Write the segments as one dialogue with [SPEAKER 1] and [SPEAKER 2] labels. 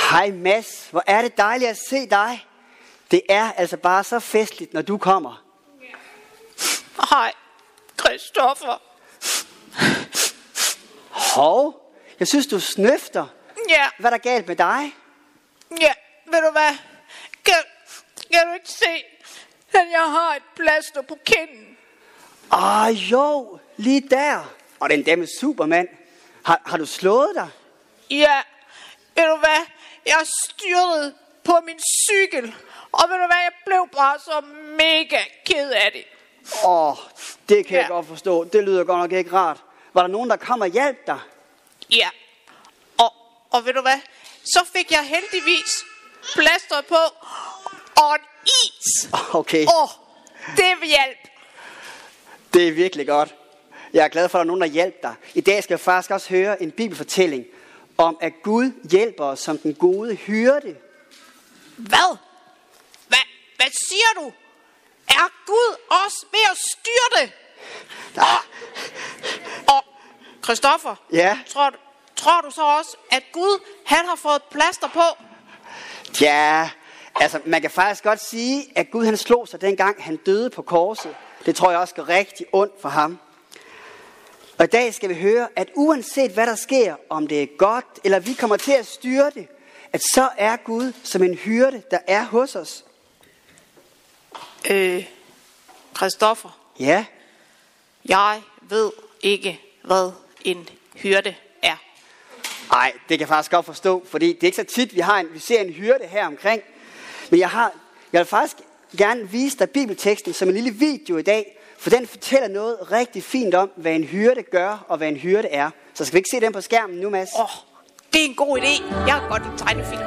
[SPEAKER 1] Hej Mads, hvor er det dejligt at se dig. Det er altså bare så festligt, når du kommer.
[SPEAKER 2] Hej, Christoffer.
[SPEAKER 1] Hov, jeg synes du snøfter.
[SPEAKER 2] Ja.
[SPEAKER 1] Hvad er der galt med dig?
[SPEAKER 2] Ja, ved du hvad? Kan du ikke se, at jeg har et plaster på kinden?
[SPEAKER 1] Jo, lige der. Og den der med Superman. Har du slået dig?
[SPEAKER 2] Ja, ved du hvad? Jeg styrtede på min cykel. Og ved du hvad? Jeg blev bare så mega ked af det.
[SPEAKER 1] Det kan jeg godt forstå. Det lyder godt nok ikke rart. Var der nogen, der kom og hjalp dig?
[SPEAKER 2] Ja. Og ved du hvad? Så fik jeg heldigvis plaster på og en is.
[SPEAKER 1] Okay.
[SPEAKER 2] Det hjalp.
[SPEAKER 1] Det er virkelig godt. Jeg er glad for, at der er nogen, der hjælper dig. I dag skal jeg faktisk også høre en bibelfortælling om, at Gud hjælper os som den gode hyrde.
[SPEAKER 2] Hvad? Hvad siger du? Er Gud også ved at styrte? Og Christoffer,
[SPEAKER 1] ja?
[SPEAKER 2] tror du så også, at Gud han har fået plaster på?
[SPEAKER 1] Ja, altså man kan faktisk godt sige, at Gud han slog sig dengang han døde på korset. Det tror jeg også går rigtig ondt for ham. Og i dag skal vi høre, at uanset hvad der sker, om det er godt eller vi kommer til at styre det, at så er Gud som en hyrde, der er hos os.
[SPEAKER 2] Christoffer.
[SPEAKER 1] Ja?
[SPEAKER 2] Jeg ved ikke, hvad en hyrde er.
[SPEAKER 1] Nej, det kan jeg faktisk godt forstå, fordi det er ikke så tit, vi ser en hyrde her omkring. Men jeg vil faktisk gerne vise dig bibelteksten som en lille video i dag, for den fortæller noget rigtig fint om, hvad en hyrde gør og hvad en hyrde er. Så skal vi ikke se den på skærmen nu, Mads?
[SPEAKER 2] Det er en god idé. Jeg har godt lide tegnefilm.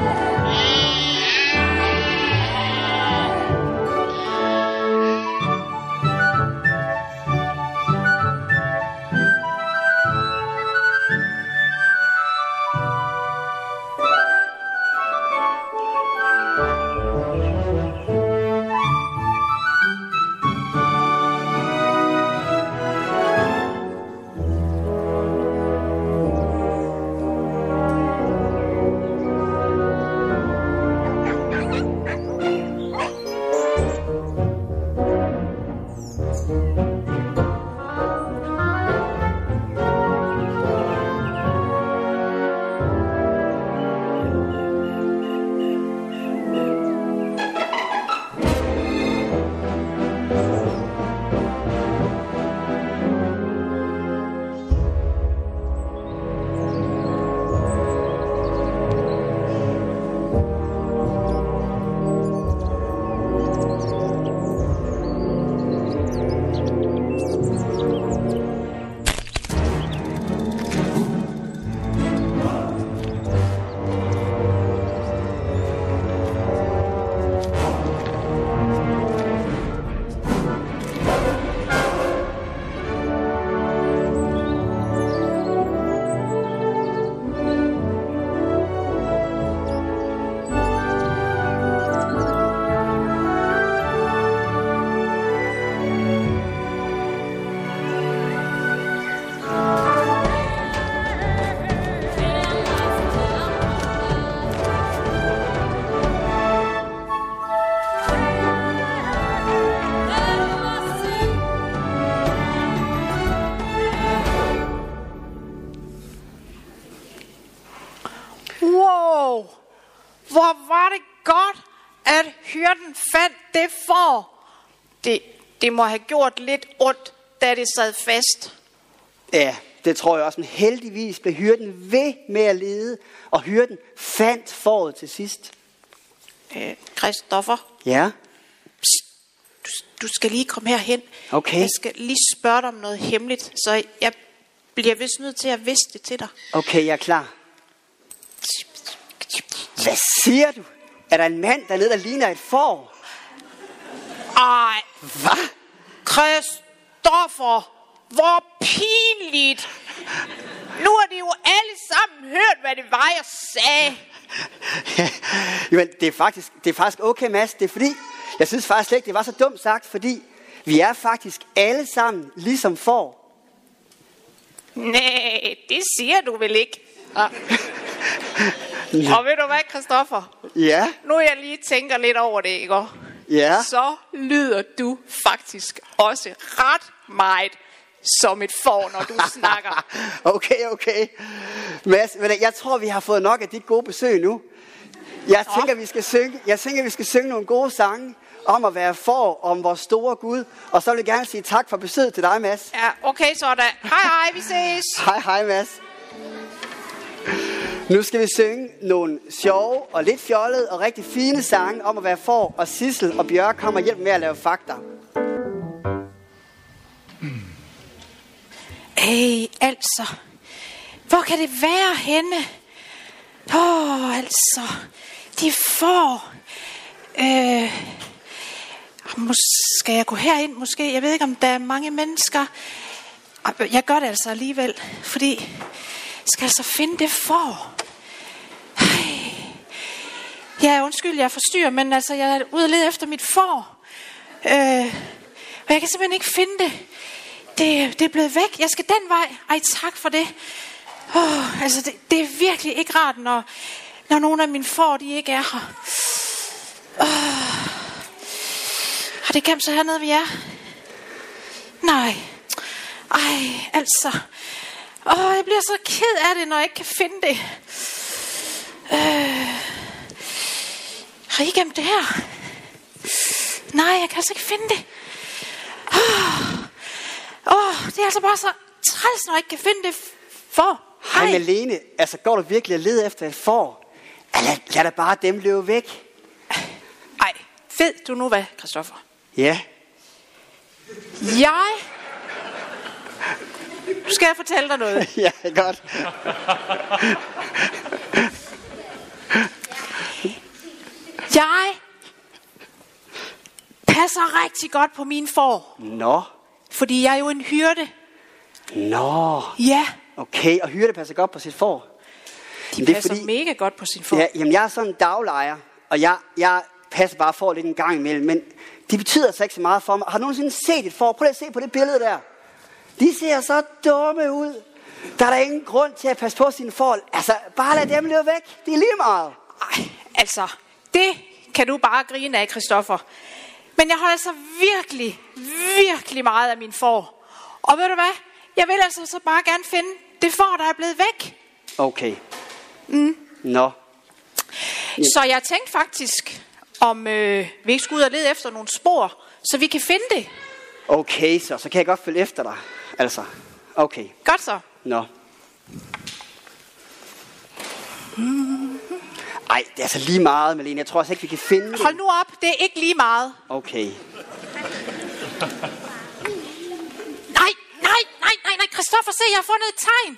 [SPEAKER 2] Wow, hvor var det godt, at hyrden fandt det får. Det må have gjort lidt ondt, da det sad fast.
[SPEAKER 1] Ja, det tror jeg også. Men heldigvis blev hyrden ved med at lede, og hyrden fandt fåret til sidst.
[SPEAKER 2] Christoffer?
[SPEAKER 1] Ja?
[SPEAKER 2] Psst, du skal lige komme herhen.
[SPEAKER 1] Okay.
[SPEAKER 2] Jeg skal lige spørge dig om noget hemmeligt, så jeg bliver vist nødt til at vise det til dig.
[SPEAKER 1] Okay, jeg er klar. Hvad siger du? Er der en mand dernede, der ligner et får?
[SPEAKER 2] Ej.
[SPEAKER 1] Hvad?
[SPEAKER 2] Christoffer, hvor pinligt. Nu har de jo alle sammen hørt, hvad det var, jeg sagde.
[SPEAKER 1] Jamen, det er faktisk okay, Mads. Det er fordi, jeg synes faktisk ikke, det var så dumt sagt, fordi vi er faktisk alle sammen ligesom får.
[SPEAKER 2] Nej, det siger du vel ikke. Og ved du hvad, Christoffer?
[SPEAKER 1] Ja,
[SPEAKER 2] Nu jeg lige tænker lidt over det, ikke?
[SPEAKER 1] ja.
[SPEAKER 2] Så lyder du faktisk også ret meget som et får, når du snakker.
[SPEAKER 1] Okay. Mads, jeg tror, vi har fået nok af dit gode besøg nu. Jeg tænker, vi skal synge nogle gode sange om at være for, om vores store Gud. Og så vil jeg gerne sige tak for besøget til dig, Mads.
[SPEAKER 2] Ja, okay, så da. Hej, vi ses.
[SPEAKER 1] Hej, Mads. Nu skal vi synge nogle sjove og lidt fjollede og rigtig fine sange om at være for, og Sissel og Bjørk kommer hjælp med at lave fakta.
[SPEAKER 2] Altså. Hvor kan det være henne? Altså. De får. Skal jeg gå herind måske? Jeg ved ikke, om der er mange mennesker. Jeg gør det altså alligevel. Fordi jeg skal altså finde det får. Ja, undskyld, jeg forstyrrer, men altså, jeg er ude og lede efter mit får. Og jeg kan simpelthen ikke finde det. Det er blevet væk. Jeg skal den vej. Ej, tak for det. Altså, det er virkelig ikke rart, når nogle af mine får, de ikke er her. Har det gemt sig hernede, vi er? Nej. Ej, altså. Jeg bliver så ked af det, når jeg ikke kan finde det. Har I gemt det her? Nej, jeg kan altså ikke finde det. Det er altså bare så træls, når jeg ikke kan finde det for.
[SPEAKER 1] Hej Malene, altså går du virkelig og leder efter et får? Lad da bare dem løbe væk.
[SPEAKER 2] Ej, ved du nu hvad, Christoffer?
[SPEAKER 1] Ja.
[SPEAKER 2] Nu skal jeg fortælle dig noget.
[SPEAKER 1] Ja, godt.
[SPEAKER 2] Jeg passer rigtig godt på mine får.
[SPEAKER 1] Nå.
[SPEAKER 2] Fordi jeg er jo en hyrde.
[SPEAKER 1] Nå.
[SPEAKER 2] Ja.
[SPEAKER 1] Okay, og hyrde passer godt på sit får.
[SPEAKER 2] De passer mega godt på sin får.
[SPEAKER 1] Ja, jamen jeg er sådan en daglejer, og jeg passer bare får lidt en gang imellem, men de betyder altså ikke så meget for mig. Har du nogensinde set et får? Prøv lige at se på det billede der. De ser så dumme ud. Der er der ingen grund til at passe på sine får. Altså, bare lad dem løbe væk. Det er lige meget.
[SPEAKER 2] Ej, altså, det kan du bare grine af, Christoffer. Men jeg holder altså virkelig, virkelig meget af min får. Og ved du hvad? Jeg vil altså så bare gerne finde det får, der er blevet væk.
[SPEAKER 1] Okay. Nå.
[SPEAKER 2] Så jeg tænkte faktisk, om vi ikke skulle ud og lede efter nogle spor, så vi kan finde det.
[SPEAKER 1] Okay, så kan jeg godt følge efter dig. Altså, okay.
[SPEAKER 2] Godt så.
[SPEAKER 1] Nå. Ej, det er altså lige meget, Malene. Jeg tror også ikke, vi kan finde det.
[SPEAKER 2] Hold nu op, det er ikke lige meget.
[SPEAKER 1] Okay.
[SPEAKER 2] Nej, Christoffer, se, jeg har fundet et tegn.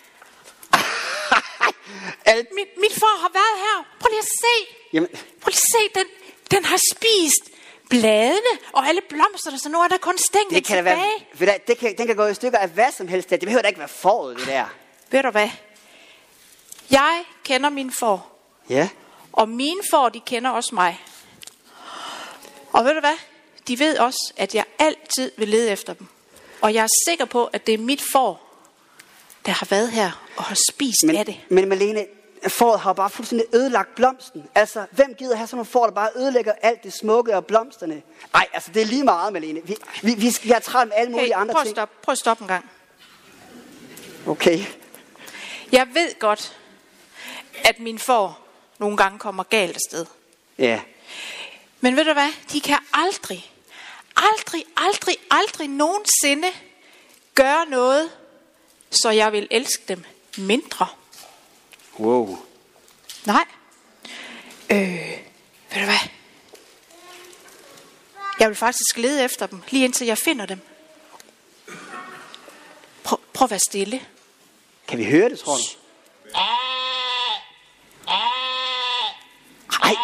[SPEAKER 2] Mit får har været her. Prøv lige at se.
[SPEAKER 1] Jamen.
[SPEAKER 2] Prøv lige at se, den har spist bladene og alle blomsterne, så nu er der kun stænglen tilbage.
[SPEAKER 1] Den kan gå i stykker af hvad som helst. Det behøver da ikke være foråret, det der.
[SPEAKER 2] Ved du hvad? Jeg kender mine får.
[SPEAKER 1] Ja.
[SPEAKER 2] Og mine får, de kender også mig. Og ved du hvad? De ved også, at jeg altid vil lede efter dem. Og jeg er sikker på, at det er mit får, der har været her og har spist af det. Men
[SPEAKER 1] Malene, fåret har bare fuldstændig ødelagt blomsten. Altså, hvem gider have sådan nogle får, der bare ødelægger alt det smukke og blomsterne? Nej, altså, det er lige meget, Malene. Vi er træt med alle mulige andre ting.
[SPEAKER 2] Prøv at stoppe en gang.
[SPEAKER 1] Okay.
[SPEAKER 2] Jeg ved godt, at mine får nogle gange kommer galt afsted.
[SPEAKER 1] Ja.
[SPEAKER 2] Men ved du hvad? De kan aldrig nogensinde gøre noget, så jeg vil elske dem mindre.
[SPEAKER 1] Wow.
[SPEAKER 2] Nej. Ved du hvad? Jeg vil faktisk lede efter dem, lige indtil jeg finder dem. Prøv at være stille.
[SPEAKER 1] Kan vi høre det, tror du? Ej.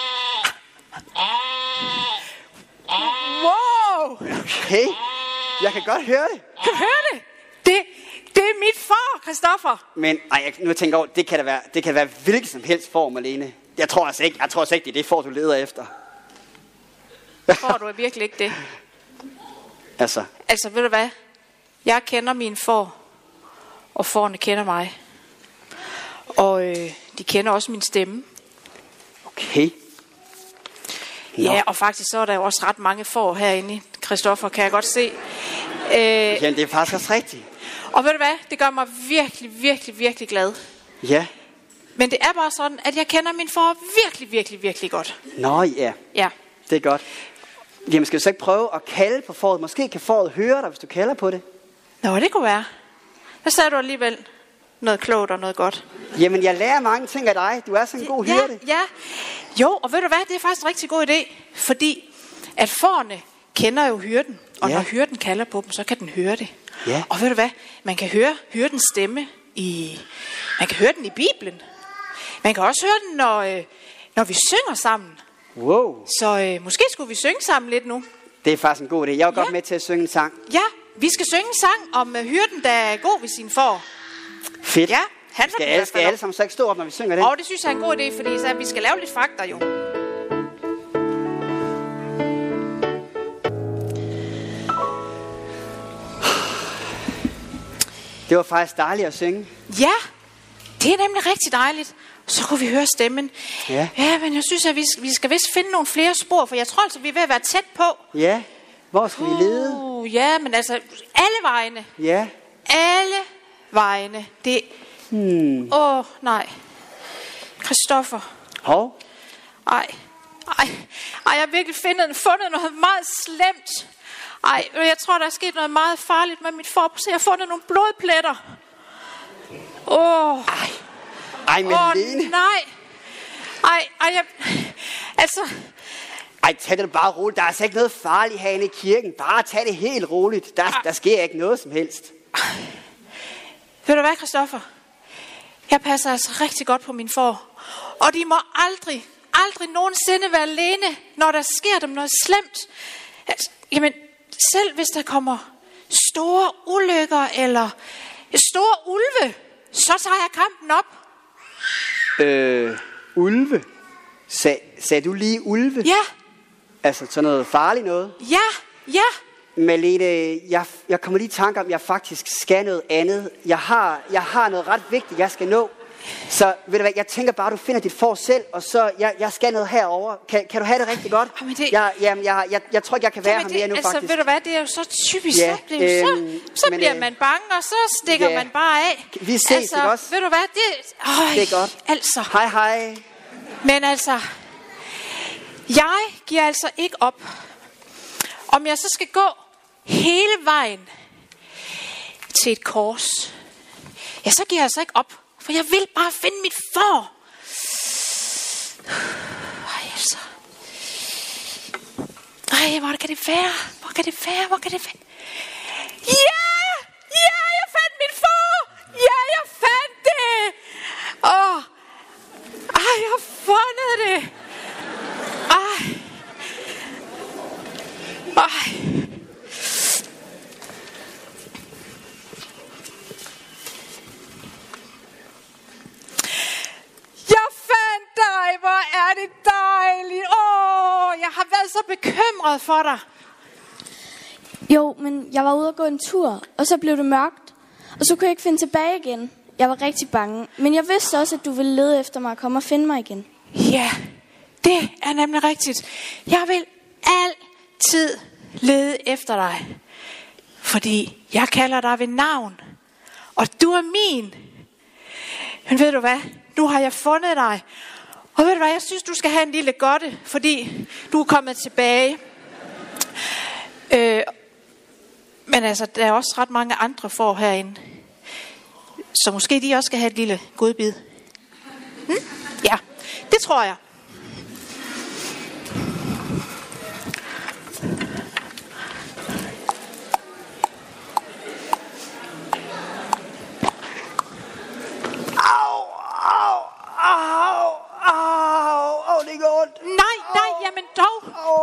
[SPEAKER 2] Wow!
[SPEAKER 1] Okay. Jeg kan godt høre det.
[SPEAKER 2] Kan du høre det? Det er mit får, Christoffer.
[SPEAKER 1] Men nu tænker jeg over, det kan være hvilket som helst får, Malene. Jeg tror altså ikke, det er det får, du leder efter.
[SPEAKER 2] Tror du virkelig ikke det?
[SPEAKER 1] Altså,
[SPEAKER 2] ved du hvad? Jeg kender mine får, og fårene kender mig. Og de kender også min stemme.
[SPEAKER 1] Okay.
[SPEAKER 2] Ja, og faktisk så er der jo også ret mange får herinde, Christoffer, kan jeg godt se.
[SPEAKER 1] Ja, det er faktisk også rigtigt.
[SPEAKER 2] Og ved du hvad, det gør mig virkelig, virkelig, virkelig glad.
[SPEAKER 1] Ja.
[SPEAKER 2] Men det er bare sådan, at jeg kender min får virkelig, virkelig, virkelig godt.
[SPEAKER 1] Nå ja,
[SPEAKER 2] Ja.
[SPEAKER 1] det er godt. Jamen skal du så ikke prøve at kalde på fåret? Måske kan fåret høre dig, hvis du kalder på det.
[SPEAKER 2] Nå, det kunne være. Der sagde du alligevel noget klogt og noget godt.
[SPEAKER 1] Jamen jeg lærer mange ting af dig. Du er sådan en god hyrde.
[SPEAKER 2] Ja. Jo, og ved du hvad, det er faktisk en rigtig god idé. Fordi at fårene kender jo hyrden. Og når hyrden kalder på dem, så kan den høre det.
[SPEAKER 1] Ja.
[SPEAKER 2] Og ved du hvad, man kan høre hyrdens stemme man kan høre den i Bibelen. Man kan også høre den, når vi synger sammen.
[SPEAKER 1] Wow.
[SPEAKER 2] Så måske skulle vi synge sammen lidt nu.
[SPEAKER 1] Det er faktisk en god idé. Jeg er godt med til at synge en sang.
[SPEAKER 2] Ja, vi skal synge en sang om hyrden, der er god ved sin får.
[SPEAKER 1] Fedt.
[SPEAKER 2] Ja, han
[SPEAKER 1] skal alle sammen så ikke stå op, når vi synger den?
[SPEAKER 2] Og det synes jeg er en god idé, fordi så vi skal lave lidt fakter jo.
[SPEAKER 1] Det var faktisk dejligt at synge.
[SPEAKER 2] Ja, det er nemlig rigtig dejligt. Så kunne vi høre stemmen.
[SPEAKER 1] Ja.
[SPEAKER 2] Ja, men jeg synes, at vi skal vist finde nogle flere spor, for jeg tror altså, vi er ved at være tæt på.
[SPEAKER 1] Ja, hvor skal vi lede?
[SPEAKER 2] Ja, men altså, alle vejene.
[SPEAKER 1] Ja.
[SPEAKER 2] Alle vejene. Det... nej. Christoffer.
[SPEAKER 1] Hov.
[SPEAKER 2] Ej, jeg har virkelig fundet noget meget slemt. Ej, jeg tror, der er sket noget meget farligt med mit får. Jeg har fundet nogle blodpletter.
[SPEAKER 1] Ej, men Lene.
[SPEAKER 2] Nej.
[SPEAKER 1] Tag det bare roligt. Der er altså ikke noget farligt herinde i kirken. Bare tag det helt roligt. Der sker ikke noget som helst.
[SPEAKER 2] Ved du hvad, Christoffer? Jeg passer altså rigtig godt på min får. Og de må aldrig nogensinde være alene, når der sker dem noget slemt. Altså, jamen, selv hvis der kommer store ulykker eller store ulve, så tager jeg kampen op.
[SPEAKER 1] Ulve? Sagde du lige ulve?
[SPEAKER 2] Ja.
[SPEAKER 1] Altså sådan noget farligt noget?
[SPEAKER 2] Ja.
[SPEAKER 1] Malene, jeg kommer lige i tanke om, at jeg faktisk skal noget andet. Jeg har noget ret vigtigt, jeg skal nå. Så ved du hvad, jeg tænker bare, du finder dit får selv, og så jeg skal noget herover. Kan du have det rigtig godt?
[SPEAKER 2] Jamen det...
[SPEAKER 1] Jeg tror ikke, jeg kan være her mere nu,
[SPEAKER 2] altså,
[SPEAKER 1] faktisk.
[SPEAKER 2] Ved du hvad, det er jo så typisk. Ja, så bliver man bange, og så stikker man bare af.
[SPEAKER 1] Vi ses, ikke også?
[SPEAKER 2] Ved du hvad, det er godt. Altså.
[SPEAKER 1] Hej.
[SPEAKER 2] Men altså, jeg giver altså ikke op. Om jeg så skal gå hele vejen til et kors, ja, så giver jeg altså ikke op. For jeg vil bare finde mit får. Altså. Hvor kan det være? Hvor kan det være? Ja, jeg fandt mit får. Ja, jeg fandt det. Jeg har fundet det. Hvor er det dejligt. Jeg har været så bekymret for dig.
[SPEAKER 3] Jo, men jeg var ude at gå en tur, og så blev det mørkt. Og så kunne jeg ikke finde tilbage igen. Jeg var rigtig bange. Men jeg vidste også, at du ville lede efter mig og komme og finde mig igen.
[SPEAKER 2] Ja, det er nemlig rigtigt. Jeg vil altid lede efter dig. Fordi jeg kalder dig ved navn. Og du er min. Men ved du hvad? Nu har jeg fundet dig. Og ved du hvad, jeg synes, du skal have en lille godte, fordi du er kommet tilbage. Men altså, der er også ret mange andre får herinde. Så måske de også skal have et lille godbid. Ja, det tror jeg.
[SPEAKER 1] Det går ondt.
[SPEAKER 2] Nej, jamen dog.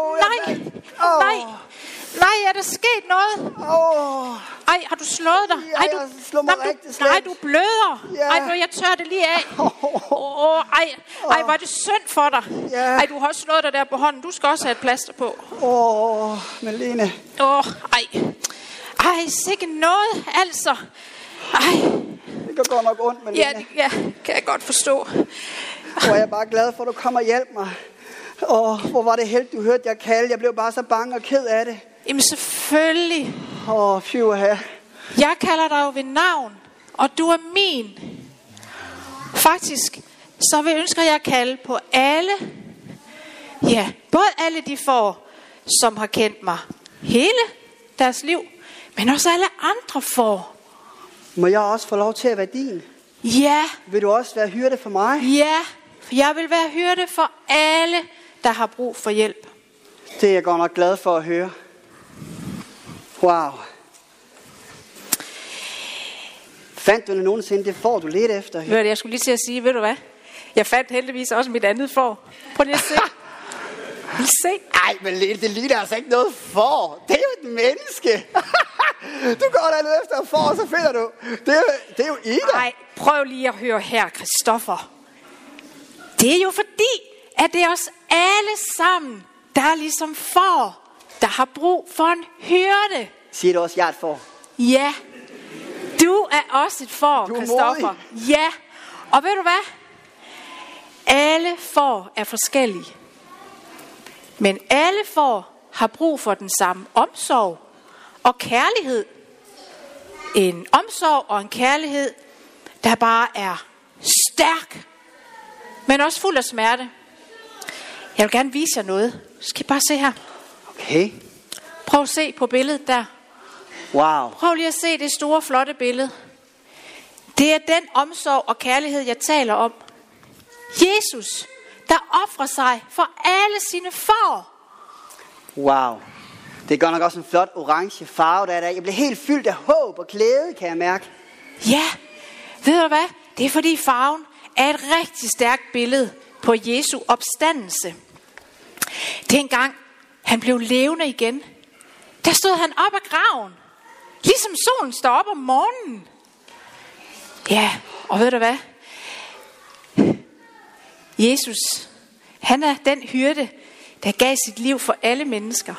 [SPEAKER 2] Nej, er der sket noget? Ej, har du slået dig?
[SPEAKER 1] Ja, jeg slår mig rigtig slemt.
[SPEAKER 2] Nej, du bløder.
[SPEAKER 1] Ja.
[SPEAKER 2] Ej, jeg tør det lige af. Ej, hvor er det synd for dig.
[SPEAKER 1] Ja.
[SPEAKER 2] Ej, du har også slået dig der på hånden. Du skal også have et plaster på.
[SPEAKER 1] Malene.
[SPEAKER 2] Ej, sikke noget, altså. Ej.
[SPEAKER 1] Det går godt nok ondt, men
[SPEAKER 2] Ja, kan jeg godt forstå.
[SPEAKER 1] Og jeg er bare glad for, at du kommer og hjælper mig. Hvor var det heldigt, du hørte jeg kalde. Jeg blev bare så bange og ked af det.
[SPEAKER 2] Jamen selvfølgelig.
[SPEAKER 1] Fy her.
[SPEAKER 2] Jeg kalder dig jo ved navn, og du er min. Faktisk, så vil ønsker jeg at kalde på alle. Ja, både alle de får, som har kendt mig hele deres liv, men også alle andre får.
[SPEAKER 1] Må jeg også få lov til at være din?
[SPEAKER 2] Ja.
[SPEAKER 1] Vil du også være hyrde for mig?
[SPEAKER 2] Ja, for jeg vil være hyrde for alle, der har brug for hjælp.
[SPEAKER 1] Det er jeg godt nok glad for at høre. Wow. Fandt du nogensinde det får, du ledte efter?
[SPEAKER 2] Hørte, jeg skulle lige til at sige, ved du hvad? Jeg fandt heldigvis også mit andet får. Prøv lige at se. Se.
[SPEAKER 1] Ej, men det ligner altså ikke noget får. Det er jo et menneske. Du går dernede efter et får, og så finder du. Det er jo Ida.
[SPEAKER 2] Nej, prøv lige at høre her, Christoffer. Det er jo fordi, at det er os alle sammen, der er ligesom får, der har brug for en hyrde.
[SPEAKER 1] Siger du også, jeg er et får?
[SPEAKER 2] Ja, du er også et får, Christoffer. Ja, og ved du hvad? Alle får er forskellige. Men alle får har brug for den samme omsorg og kærlighed. En omsorg og en kærlighed, der bare er stærk, men også fuld af smerte. Jeg vil gerne vise jer noget. Skal I bare se her.
[SPEAKER 1] Okay.
[SPEAKER 2] Prøv at se på billedet der.
[SPEAKER 1] Wow.
[SPEAKER 2] Prøv lige at se det store, flotte billede. Det er den omsorg og kærlighed, jeg taler om. Jesus, der ofrer sig for alle sine får.
[SPEAKER 1] Wow. Det er godt nok også en flot orange farve, der er der. Jeg bliver helt fyldt af håb og glæde, kan jeg mærke.
[SPEAKER 2] Ja, ved du hvad? Det er fordi farven er et rigtig stærkt billede på Jesu opstandelse. Dengang han blev levende igen, der stod han op af graven. Ligesom solen står op om morgenen. Ja, og ved du hvad? Jesus, han er den hyrde, der gav sit liv for alle mennesker.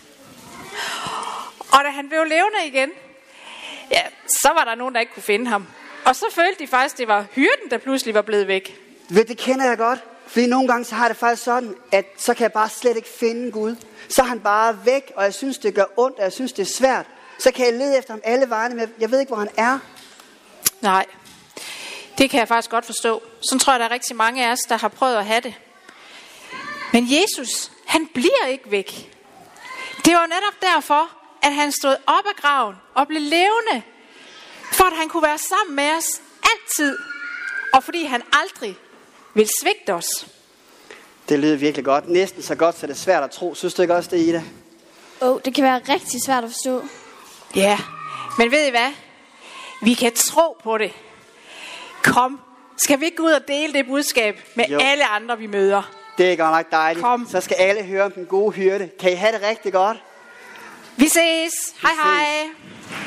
[SPEAKER 2] Og da han blev levende igen, ja, så var der nogen, der ikke kunne finde ham. Og så følte de faktisk, det var hyrden, der pludselig var blevet væk.
[SPEAKER 1] Det kender jeg godt. Fordi nogle gange så har det faktisk sådan, at så kan jeg bare slet ikke finde Gud. Så er han bare væk, og jeg synes, det gør ondt, og jeg synes, det er svært. Så kan jeg lede efter ham alle vejene, men jeg ved ikke, hvor han er.
[SPEAKER 2] Nej, det kan jeg faktisk godt forstå. Sådan tror jeg, der er rigtig mange af os, der har prøvet at have det. Men Jesus, han bliver ikke væk. Det var netop derfor, at han stod op af graven og blev levende. For at han kunne være sammen med os altid. Og fordi han aldrig vil svigte os.
[SPEAKER 1] Det lyder virkelig godt. Næsten så godt, så det er svært at tro. Synes du ikke også det, Ida?
[SPEAKER 3] Det kan være rigtig svært at forstå.
[SPEAKER 2] Ja, men ved I hvad? Vi kan tro på det. Kom, skal vi ikke gå ud og dele det budskab med alle andre, vi møder?
[SPEAKER 1] Det er godt nok dejligt.
[SPEAKER 2] Kom.
[SPEAKER 1] Så skal alle høre om den gode hyrde. Kan I have det rigtig godt?
[SPEAKER 2] Vi ses. Hej hej.